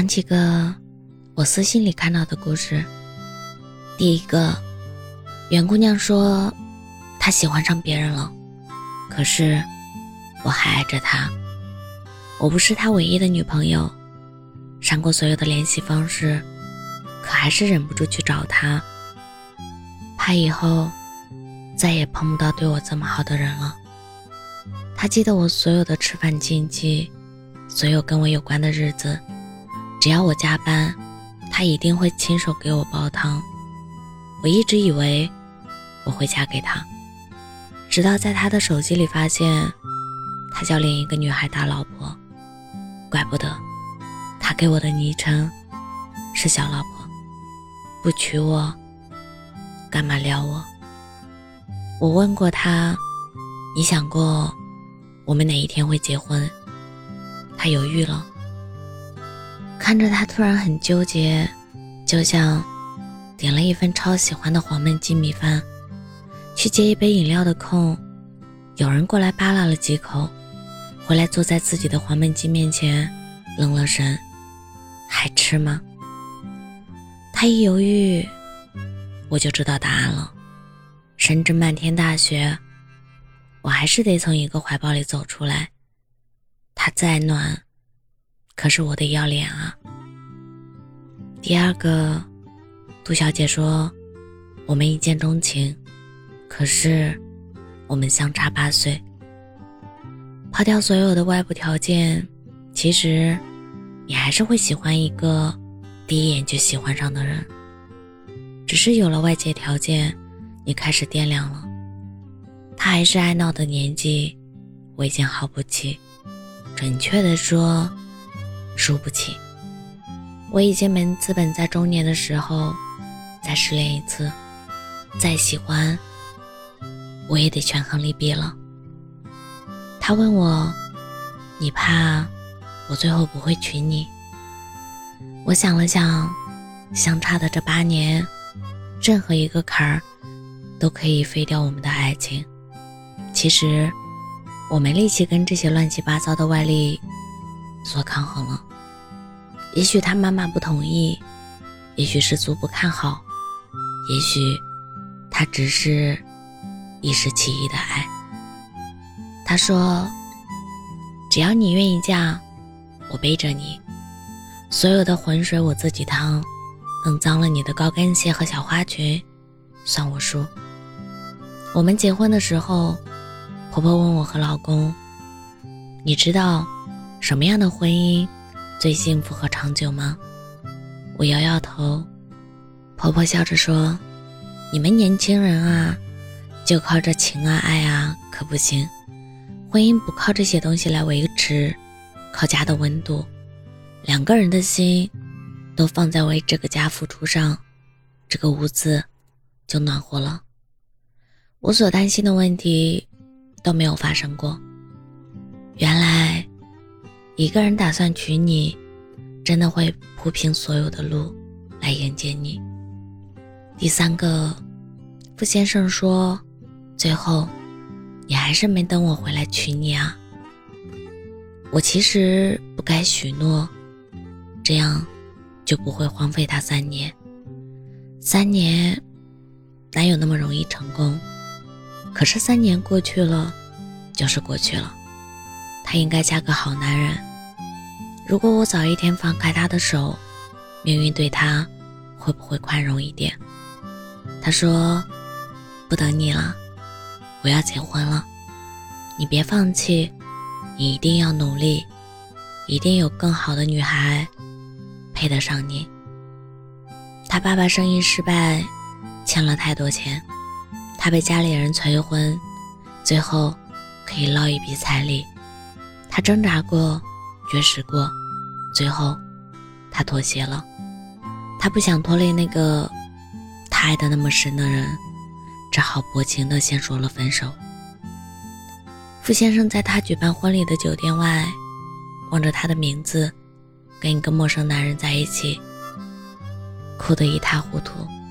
讲几个我私信里看到的故事。第一个，袁姑娘说她喜欢上别人了，可是我还爱着她。我不是她唯一的女朋友，删过所有的联系方式，可还是忍不住去找她，怕以后再也碰不到对我这么好的人了。她记得我所有的吃饭禁忌，所有跟我有关的日子，只要我加班，她一定会亲手给我煲汤。我一直以为我会嫁给他，直到在他的手机里发现他叫另一个女孩打老婆，怪不得他给我的昵称是小老婆。不娶我干嘛撩我？我问过他，你想过我们哪一天会结婚？他犹豫了，看着他突然很纠结，就像点了一份超喜欢的黄焖鸡米饭，去接一杯饮料的空，有人过来扒拉了几口，回来坐在自己的黄焖鸡面前，愣了神，还吃吗？他一犹豫，我就知道答案了。深圳漫天大雪，我还是得从一个怀抱里走出来。他再暖，可是我得要脸啊。第二个，杜小姐说我们一见钟情，可是我们相差8岁。抛掉所有的外部条件，其实你还是会喜欢一个第一眼就喜欢上的人，只是有了外界条件，你开始掂量了。他还是爱闹的年纪，我已经耗不起，准确的说输不起。我已经没资本在中年的时候再失恋一次，再喜欢我也得权衡利弊了。他问我，你怕我最后不会娶你？我想了想，相差的这8年，任何一个坎儿都可以废掉我们的爱情。其实我没力气跟这些乱七八糟的外力所抗衡了。也许他妈妈不同意，也许是足不看好，也许他只是一时起意的爱。他说，只要你愿意嫁，我背着你，所有的浑水我自己趟，弄脏了你的高跟鞋和小花裙，算我输。我们结婚的时候，婆婆问我和老公，你知道什么样的婚姻最幸福和长久吗？我摇摇头。婆婆笑着说，你们年轻人啊，就靠着情啊爱啊可不行，婚姻不靠这些东西来维持，靠家的温度，两个人的心都放在为这个家付出上，这个屋子就暖和了。我所担心的问题都没有发生过。原来一个人打算娶你，真的会铺平所有的路来迎接你。第三个，傅先生说，最后你还是没等我回来娶你啊。我其实不该许诺，这样就不会荒废他3年。3年哪有那么容易成功？可是3年过去了就是过去了，她应该嫁个好男人。如果我早一天放开他的手，命运对他会不会宽容一点？他说，不等你了，我要结婚了，你别放弃，你一定要努力，一定有更好的女孩配得上你。他爸爸生意失败，欠了太多钱，他被家里人催婚，最后可以捞一笔彩礼。他挣扎过，绝食过，最后他妥协了。他不想拖累那个他爱的那么深的人，只好薄情地先说了分手。傅先生在他举办婚礼的酒店外，望着他的名字跟一个陌生男人在一起，哭得一塌糊涂。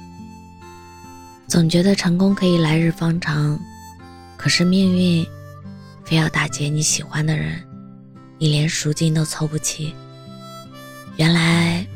总觉得成功可以来日方长，可是命运非要打劫你喜欢的人，你连赎金都凑不齐。 原来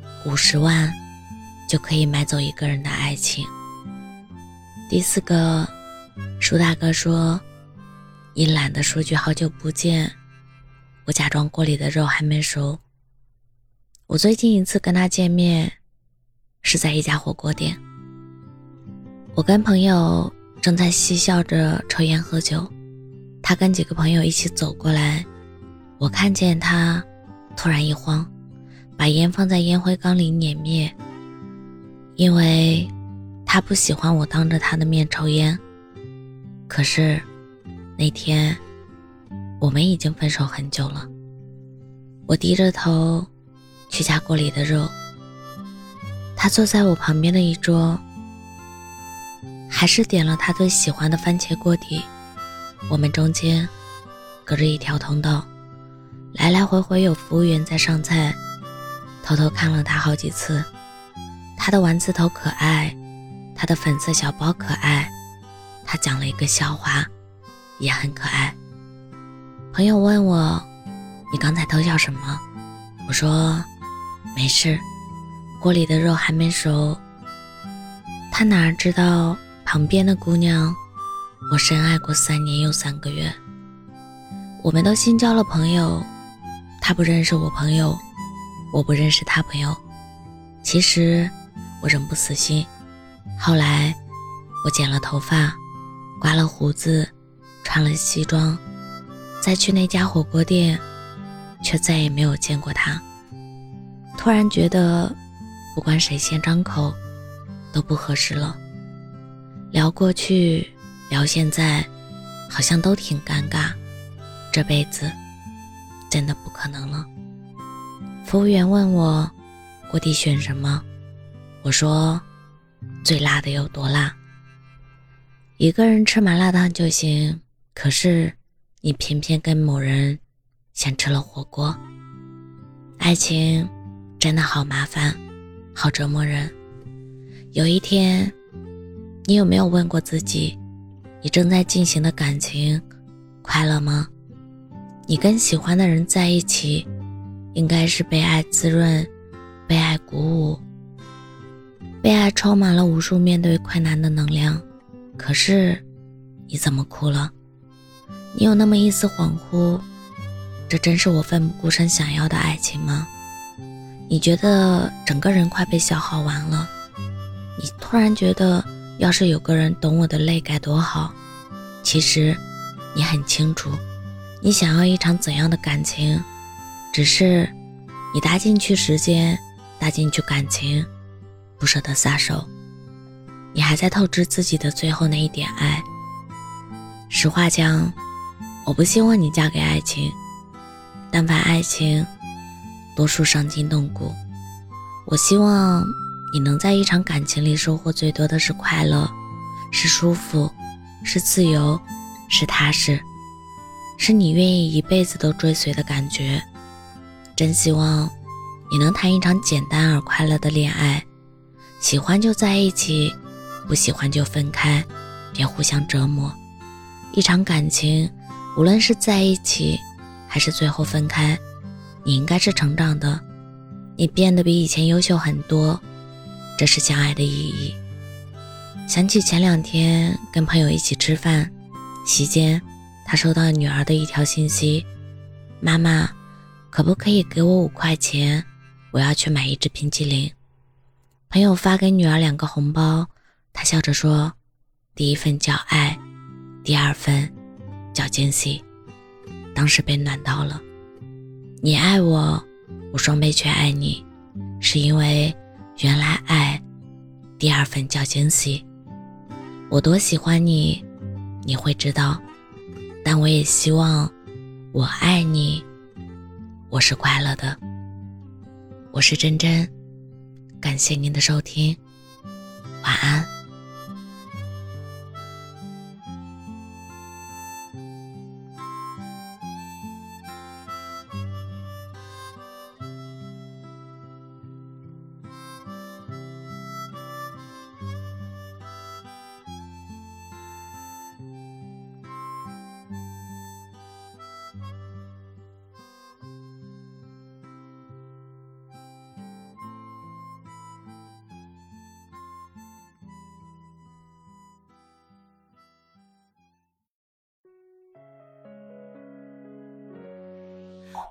50万就可以买走一个人的爱情。第4个，舒大哥说，一懒得说句好久不见，我假装锅里的肉还没熟。我最近一次跟他见面是在一家火锅店，我跟朋友正在嬉笑着抽烟喝酒，他跟几个朋友一起走过来，我看见他突然一慌，把烟放在烟灰缸里碾灭，因为他不喜欢我当着他的面抽烟。可是那天我们已经分手很久了。我低着头去夹锅里的肉，他坐在我旁边的一桌，还是点了他最喜欢的番茄锅底。我们中间隔着一条通道，来来回回有服务员在上菜，偷偷看了他好几次。他的丸子头可爱，他的粉色小包可爱，他讲了一个笑话也很可爱。朋友问我，你刚才偷笑什么？我说没事，锅里的肉还没熟。他哪知道旁边的姑娘我深爱过3年又3个月。我们都新交了朋友，他不认识我朋友，我不认识他朋友。其实我仍不死心。后来我剪了头发，刮了胡子，穿了西装，再去那家火锅店，却再也没有见过他。突然觉得不管谁先张口都不合适了，聊过去聊现在好像都挺尴尬，这辈子真的不可能了。服务员问我锅底选什么，我说最辣的有多辣。一个人吃麻辣烫就行，可是你偏偏跟某人先吃了火锅。爱情真的好麻烦，好折磨人。有一天，你有没有问过自己，你正在进行的感情快乐吗？你跟喜欢的人在一起，应该是被爱滋润，被爱鼓舞，被爱充满了无数面对困难的能量。可是你怎么哭了？你有那么一丝恍惚，这真是我奋不顾身想要的爱情吗？你觉得整个人快被消耗完了，你突然觉得要是有个人懂我的累该多好。其实你很清楚你想要一场怎样的感情，只是你搭进去时间，搭进去感情，不舍得撒手。你还在透支自己的最后那一点爱。实话讲，我不希望你嫁给爱情，但凡爱情多数伤筋动骨。我希望你能在一场感情里收获最多的是快乐，是舒服，是自由，是踏实，是你愿意一辈子都追随的感觉。真希望你能谈一场简单而快乐的恋爱，喜欢就在一起，不喜欢就分开，别互相折磨。一场感情无论是在一起还是最后分开，你应该是成长的，你变得比以前优秀很多，这是相爱的意义。想起前2天跟朋友一起吃饭，席间他收到女儿的一条信息，妈妈可不可以给我5块钱，我要去买一支冰淇淋。朋友发给女儿2个红包，他笑着说，第一份叫爱，第2份叫惊喜。当时被暖到了。你爱我，我双倍却爱你，是因为原来爱第2份叫惊喜。我多喜欢你，你会知道，但我也希望我爱你，我是快乐的。我是真真，感谢您的收听，晚安。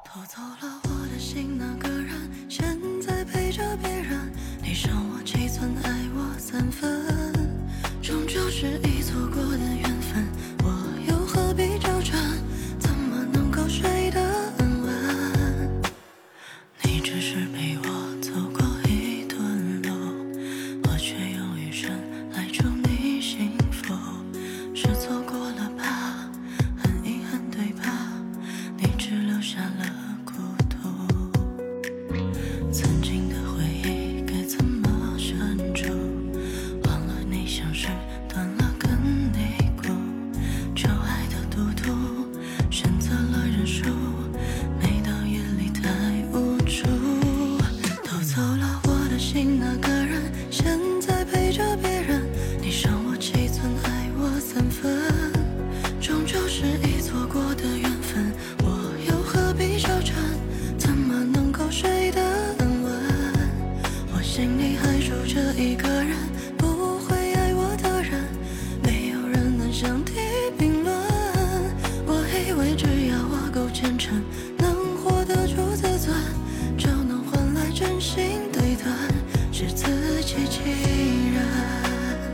偷走了我的心那个人，现在陪着别人，你伤我7寸，爱我3分，终究是已错过的缘分，我又何必纠缠？怎么能够睡得安稳？你只是陪我走过一段路，我却用余生来祝你幸福，是错过了吧？很遗憾对吧？你只留下了孤独，曾经的回忆该怎么删除？忘了你像是断了根内骨，旧爱的赌徒，选择了认输，每到夜里太无助。偷走了我的心那个人，现在陪着别人，你伤我7寸，爱我3分，终究是已错过的缘分，我又何必纠缠？怎么能够睡得安稳？我心里还住着一个人，不会爱我的人，没有人能相提并论。我以为只要我够虔诚，能活得住自尊，就能换来真心对待，是自欺欺人。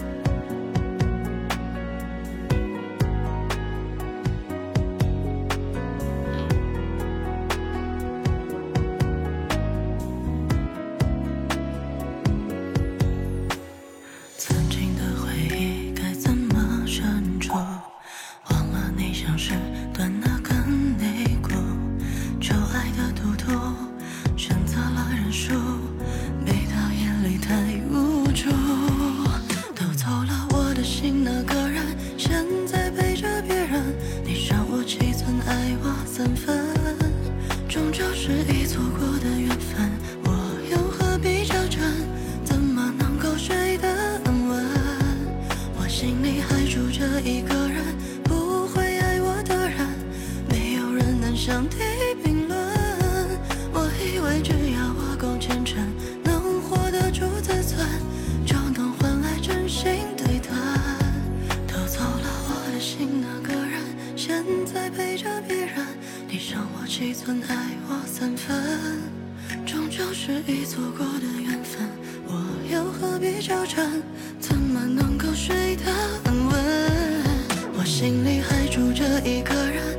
曾经的回忆该怎么删除？忘了你像是断了根内骨，旧爱的赌徒，选择了认输，每到夜里太无助。偷走了我的心那个人，现在陪着别人，你伤我7寸，爱我3分，终究是已错过的缘分，我又何必纠缠？怎么能够睡得安稳？我心里还住着一个人，不会爱我的人，没有人能相提并论。我以为只要我够虔诚，能活得住自尊，就能换来真心对待。偷走了我的心那个人，现在陪着别人，你伤我7寸，爱我3分，终究是已错过的缘分，我又何必纠缠？怎么能够睡得安稳？我心里还住着一个人，